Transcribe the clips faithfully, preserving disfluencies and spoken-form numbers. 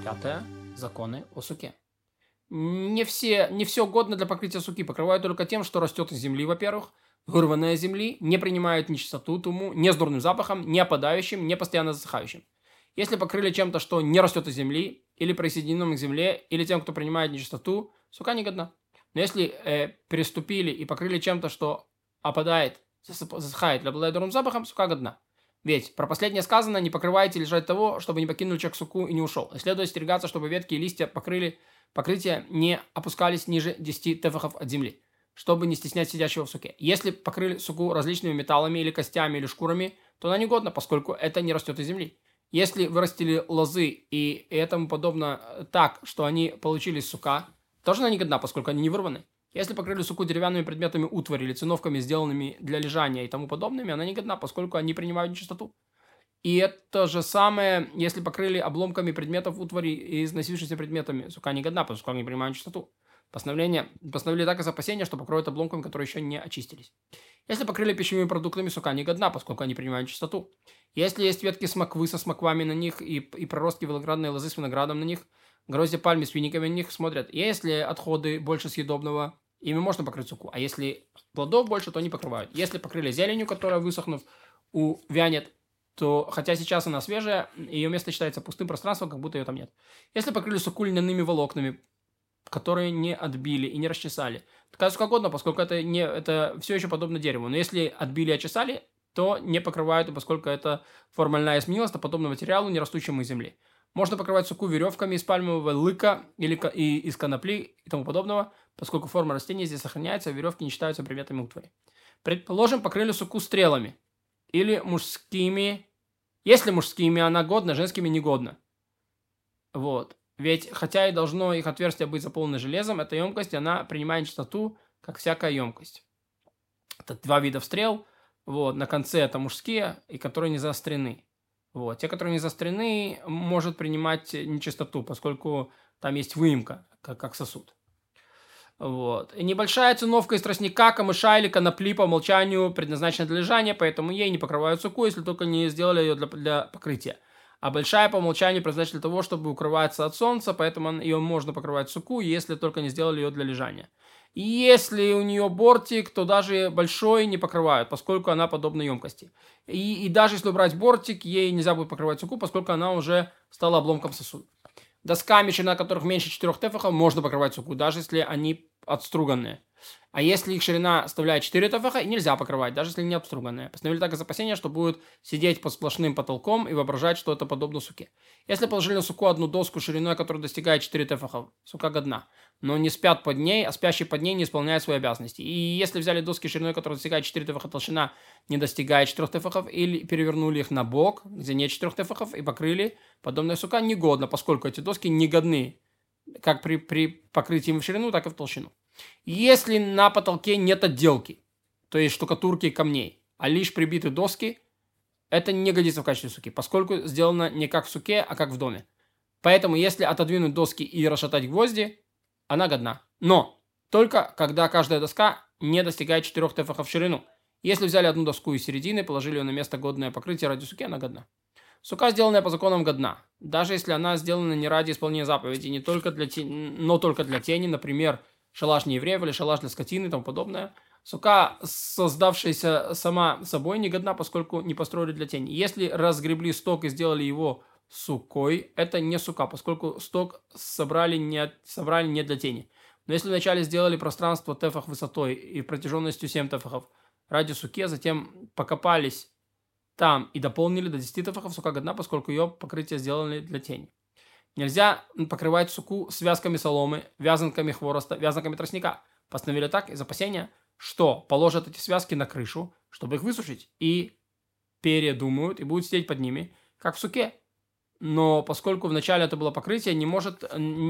Пятое. Законы о суке. Не все, не все годно для покрытия суки. Покрывают только тем, что растет из земли, во-первых, вырванное из земли, не принимает нечистоту, туму, не с дурным запахом, не опадающим, не постоянно засыхающим. Если покрыли чем-то, что не растет из земли, или присоединенным к земле, или тем, кто принимает нечистоту, сука не годна. Но если э, переступили и покрыли чем-то, что опадает, засып- засыхает или обладает дурным запахом, сука годна. Ведь про последнее сказано: не покрывайте лежать того, чтобы не покинул человек суку и не ушел. И следует остерегаться, чтобы ветки и листья покрыли, покрытия не опускались ниже десяти тефахов от земли, чтобы не стеснять сидящего в суке. Если покрыли суку различными металлами или костями или шкурами, то она негодна, поскольку это не растет из земли. Если вырастили лозы и этому подобно так, что они получились из сука, тоже она негодна, поскольку они не вырваны. Если покрыли суку деревянными предметами утвари или циновками, сделанными для лежания и тому подобными, она негодна, поскольку они принимают нечистоту. И это же самое, если покрыли обломками предметов утвари и износившимися предметами, сука негодна, поскольку они принимают нечистоту. Постановление постановили так из опасения, что покроют обломками, которые еще не очистились. Если покрыли пищевыми продуктами, сука негодна, поскольку они принимают нечистоту. Если есть ветки смоквы со смоквами на них и, и проростки виноградной лозы с виноградом на них, гроздья пальмы с финиками на них, смотрят. Если отходы больше съедобного, ими можно покрыть суку. А если плодов больше, то не покрывают. Если покрыли зеленью, которая, высохнув, увянет, то, хотя сейчас она свежая, ее место считается пустым пространством, как будто ее там нет. Если покрыли суку льняными волокнами, которые не отбили и не расчесали, такая сука годна, поскольку это, не, это все еще подобно дереву. Но если отбили и очесали, то не покрывают, поскольку это форма льна изменилась, то подобно материалу, не растущему из земли. Можно покрывать суку веревками из пальмового лыка или и из конопли и тому подобного, поскольку форма растения здесь сохраняется, а веревки не считаются предметами утвари. Предположим, покрыли суку стрелами или мужскими. Если мужскими, она годна, женскими не годна. Вот. Ведь, хотя и должно их отверстие быть заполнено железом, эта емкость, она принимает частоту, как всякая емкость. Это два вида стрел. Вот. На конце это мужские, и которые не заострены. Вот. Те, которые не заострены, может принимать нечистоту, поскольку там есть выемка, как, как сосуд. Вот. И небольшая циновка из тростника, камыша или конопли по умолчанию предназначена для лежания, поэтому ей не покрывают суку, если только не сделали ее для, для покрытия. А большая по умолчанию предназначена для того, чтобы укрываться от солнца, поэтому ее можно покрывать суку, если только не сделали ее для лежания. И если у нее бортик, то даже большой не покрывают, поскольку она подобна емкости. И, и даже если убрать бортик, ей нельзя будет покрывать суку, поскольку она уже стала обломком сосуда. Досками, ширина которых меньше четырех тефахов, можно покрывать суку, даже если они отструганные. А если их ширина составляет четыре тефаха, нельзя покрывать, даже если они не обструганные. Постановили так из опасения, что будут сидеть под сплошным потолком и воображать, что это подобно суке. Если положили на суку одну доску шириной, которая достигает четыре тефахов, сука годна. Но не спят под ней, а спящий под ней не исполняет свои обязанности. И если взяли доски шириной, которая достигает четыре тефаха, толщина не достигает четырех тефахов, или перевернули их на бок, где нет четырех тефахов, и покрыли, подобная сука негодна, поскольку эти доски не годны как при, при покрытии им в ширину, так и в толщину. Если на потолке нет отделки, то есть штукатурки и камней, а лишь прибиты доски, это не годится в качестве суки, поскольку сделано не как в суке, а как в доме. Поэтому, если отодвинуть доски и расшатать гвозди, она годна. Но только когда каждая доска не достигает четырех тефахов в ширину. Если взяли одну доску из середины, положили ее на место годное покрытие ради суки, она годна. Сука, сделанная по законам, годна, даже если она сделана не ради исполнения заповедей, не только для тени, но только для тени, например, шалаш неевреев или шалаш для скотины и тому подобное. Сука, создавшаяся сама собой, негодна, поскольку не построили для тени. Если разгребли сток и сделали его сукой, это не сука, поскольку сток собрали не, собрали не для тени. Но если вначале сделали пространство тефах высотой и протяженностью семь тефахов ради суки, а затем покопались там и дополнили до десяти тефахов, сука годна, поскольку ее покрытие сделали для тени. Нельзя покрывать суку связками соломы, вязанками хвороста, вязанками тростника. Постановили так из опасения, что положат эти связки на крышу, чтобы их высушить, и передумают, и будут сидеть под ними, как в суке. Но поскольку вначале это было покрытие, не может...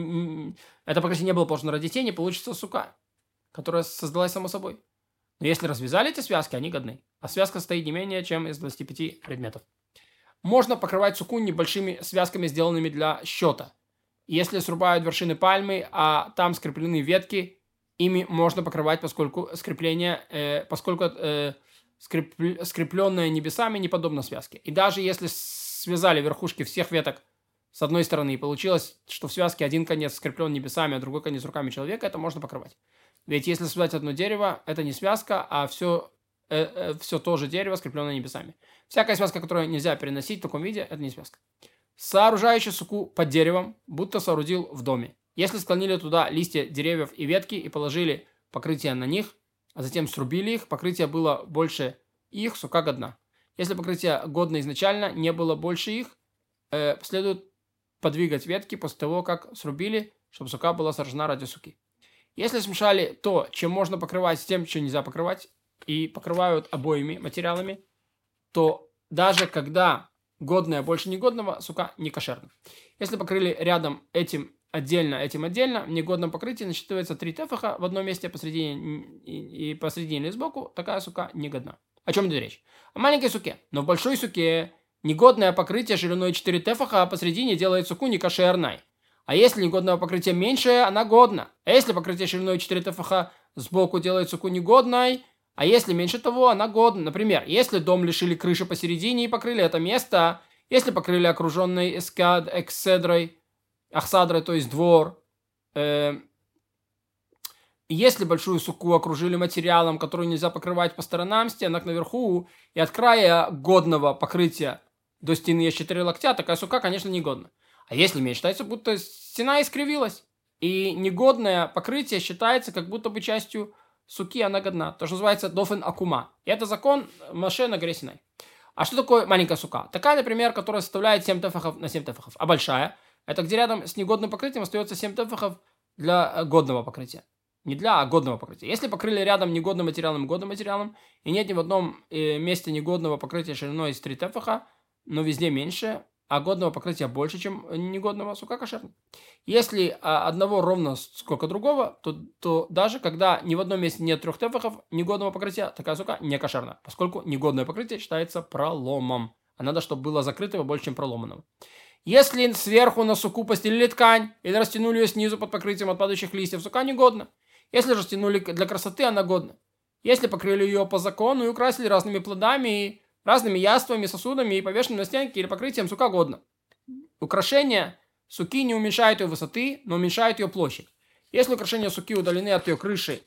Это покрытие не было положено ради тени, получится сука, которая создалась само собой. Но если развязали эти связки, они годны. А связка состоит не менее чем из двадцати пяти предметов. Можно покрывать суку небольшими связками, сделанными для счета. Если срубают вершины пальмы, а там скреплены ветки, ими можно покрывать, поскольку скрепление, э, поскольку э, скреп, скрепленное небесами не подобно связке. И даже если связали верхушки всех веток с одной стороны, и получилось, что в связке один конец скреплен небесами, а другой конец руками человека, это можно покрывать. Ведь если связать одно дерево, это не связка, а все, э, э, все то же дерево, скрепленное небесами. Всякая связка, которую нельзя переносить в таком виде, это не связка. Сооружающий суку под деревом, будто соорудил в доме. Если склонили туда листья деревьев и ветки и положили покрытие на них, а затем срубили их, покрытие было больше их, сука годна. Если покрытие годно изначально, не было больше их, э, следует подвигать ветки после того, как срубили, чтобы сука была сожжена ради суки. Если смешали то, чем можно покрывать, с тем, чем нельзя покрывать, и покрывают обоими материалами, то даже когда годное больше негодного, сука не кошерна. Если покрыли рядом этим отдельно, этим отдельно, в негодном покрытии насчитывается три тефаха в одном месте посредине и, и посредине или сбоку, такая сука не годна. О чем идет речь? О маленькой суке. Но в большой суке негодное покрытие шириной четыре тефаха, а посредине делает суку некошерной. А если негодного покрытия меньше, она годна. А если покрытие шириной четыре тефаха сбоку делает суку негодной, а если меньше того, она годна. Например, если дом лишили крыши посередине и покрыли это место, если покрыли окруженный эскад, экседрой, ахсадрой, то есть двор, э, если большую суку окружили материалом, который нельзя покрывать по сторонам, стенок наверху, и от края годного покрытия до стены есть четыре локтя, такая сука, конечно, негодна. А если меньше, считается, будто стена искривилась, и негодное покрытие считается как будто бы частью суки, она годна. То, что называется дофен акума. И это закон Моше на горе Синай. А что такое маленькая сука? Такая, например, которая составляет семь тефахов на семь тефахов. А большая? Это где рядом с негодным покрытием остается семь тефахов для годного покрытия. Не для, а годного покрытия. Если покрыли рядом негодным материалом и годным материалом, и нет ни в одном э, месте негодного покрытия шириной из три тефаха, но везде меньше, а годного покрытия больше, чем негодного, сука кошерна. Если а, одного ровно сколько другого, то, то даже когда ни в одном месте нет трех тефахов негодного покрытия, такая сука не кошерна, поскольку негодное покрытие считается проломом. А надо, чтобы было закрытого больше, чем проломанного. Если сверху на суку постелили ткань или растянули ее снизу под покрытием от падающих листьев, сука негодна. Если же растянули для красоты, она годна. Если покрыли ее по закону и украсили разными плодами и разными яствами, сосудами и повешенным на стенке или покрытием, сука годна. Украшения суки не уменьшают ее высоты, но уменьшают ее площадь. Если украшения суки удалены от ее крыши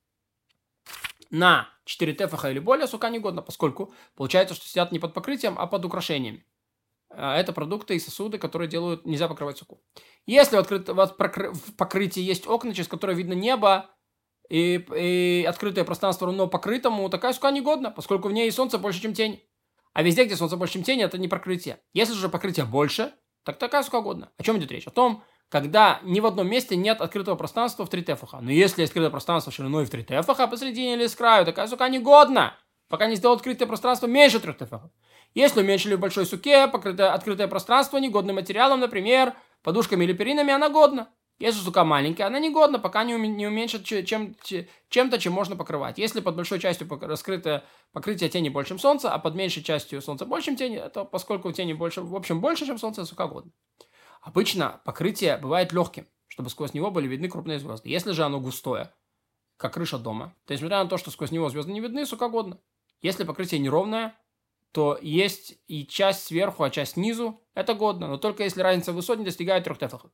на четыре тефаха или более, сука негодна, поскольку получается, что сидят не под покрытием, а под украшениями. Это продукты и сосуды, которые делают, нельзя покрывать суку. Если в, открыт, в покрытии есть окна, через которые видно небо, и, и открытое пространство равно покрытому, такая сука негодна, поскольку в ней солнце больше, чем тень. А везде, где солнце больше, чем тень, это не покрытие. Если же покрытие больше, так такая сука годна. О чем идет речь? О том, когда ни в одном месте нет открытого пространства в три тефаха. Но если есть открытое пространство шириной в три тефаха посредине или с краю, такая сука негодна, пока не сделают открытое пространство меньше трех тефахов. Если уменьшили в большой суке покрытое открытое пространство негодным материалом, например, подушками или перинами, она годна. Если сука маленькая, она негодна, пока не уменьшит чем, чем-то, чем можно покрывать. Если под большой частью раскрытое покрытие тени больше, чем солнце, а под меньшей частью солнце больше, чем тени, то поскольку тени больше, в общем больше, чем солнце, сука годна. Обычно покрытие бывает легким, чтобы сквозь него были видны крупные звезды. Если же оно густое, как крыша дома, то несмотря на то, что сквозь него звезды не видны, сука годна. Если покрытие неровное, то есть и часть сверху, а часть снизу, это годно, но только если разница в высоте не достигает трех тефахов.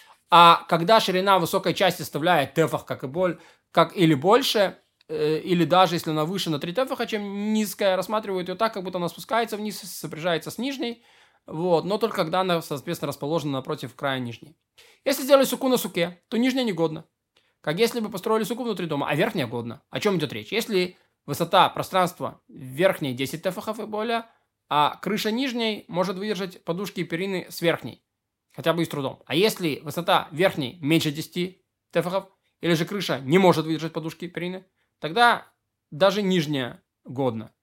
А когда ширина высокой части составляет тефах, как и боль, как или больше, э, или даже если она выше на три тефаха, чем низкая, рассматривают ее так, как будто она спускается вниз, сопряжается с нижней, вот, но только когда она, соответственно, расположена напротив края нижней. Если сделали суку на суке, то нижняя негодна, как если бы построили суку внутри дома, а верхняя годна. О чем идет речь? Если высота пространства верхней десять тефахов и более, а крыша нижней может выдержать подушки и перины с верхней, хотя бы и с трудом. А если высота верхней меньше десяти тефахов, или же крыша не может выдержать подушки и перины, тогда даже нижняя годна.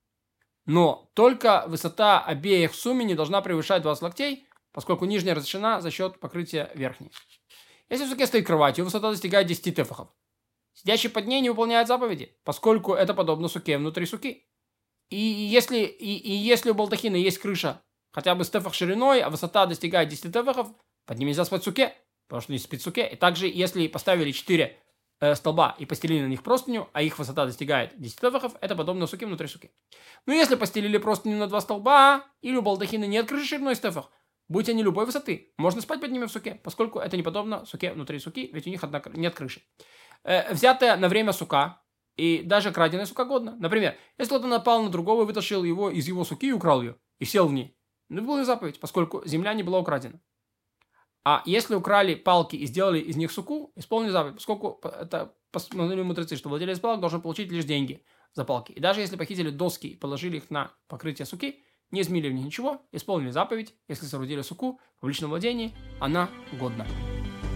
Но только высота обеих в сумме не должна превышать двадцать локтей, поскольку нижняя разрешена за счет покрытия верхней. Если в суке стоит кровать, ее высота достигает десяти тефахов, сидящий под ней не выполняет заповеди, поскольку это подобно суке внутри суки. И если, и, и если у балдахина есть крыша хотя бы с тефах шириной, а высота достигает десяти тефахов, под ним нельзя спать в суке, потому что не спит в суке. И также, если поставили четыре э, столба и постелили на них простыню, а их высота достигает десяти тефахов, это подобно суке внутри суки. Но если постелили простыню на два столба, или у балдахина нет крыши шириной с тефах, Будь они любой высоты, можно спать под ними в суке, поскольку это неподобно суке внутри суки, ведь у них одна, нет крыши. Э, взятая на время сука и даже краденая сука годна. Например, если кто-то напал на другого и вытащил его из его суки и украл ее, и сел в ней, ну, была заповедь, поскольку земля не была украдена. А если украли палки и сделали из них суку, исполнили заповедь, поскольку это постановили мудрецы, что владелец палок должен получить лишь деньги за палки. И даже если похитили доски и положили их на покрытие суки, не изменили в них ничего, исполнили заповедь, если соорудили суку в личном владении, она годна.